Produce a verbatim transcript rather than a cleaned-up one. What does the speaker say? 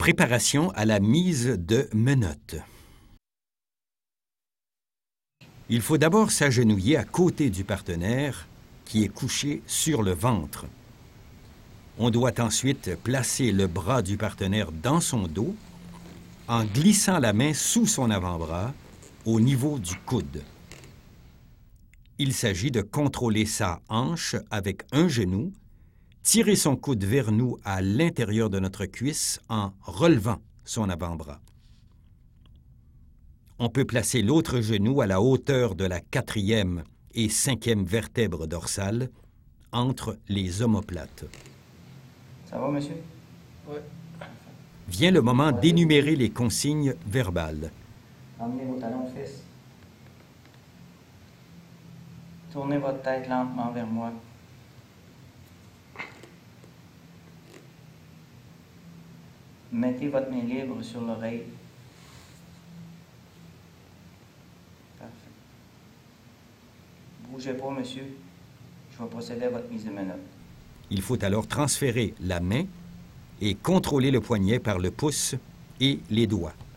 Préparation à la mise de menottes. Il faut d'abord s'agenouiller à côté du partenaire qui est couché sur le ventre. On doit ensuite placer le bras du partenaire dans son dos en glissant la main sous son avant-bras au niveau du coude. Il s'agit de contrôler sa hanche avec un genou, tirer son coude vers nous à l'intérieur de notre cuisse en relevant son avant-bras. On peut placer l'autre genou à la hauteur de la quatrième et cinquième vertèbre dorsale, entre les omoplates. Ça va, monsieur? Oui. Vient le moment d'énumérer les consignes verbales. Emmenez vos talons aux fesses. Tournez votre tête lentement vers moi. Mettez votre main libre sur l'oreille. Parfait. Bougez pas, monsieur. Je vais procéder à votre mise de menottes. Il faut alors transférer la main et contrôler le poignet par le pouce et les doigts.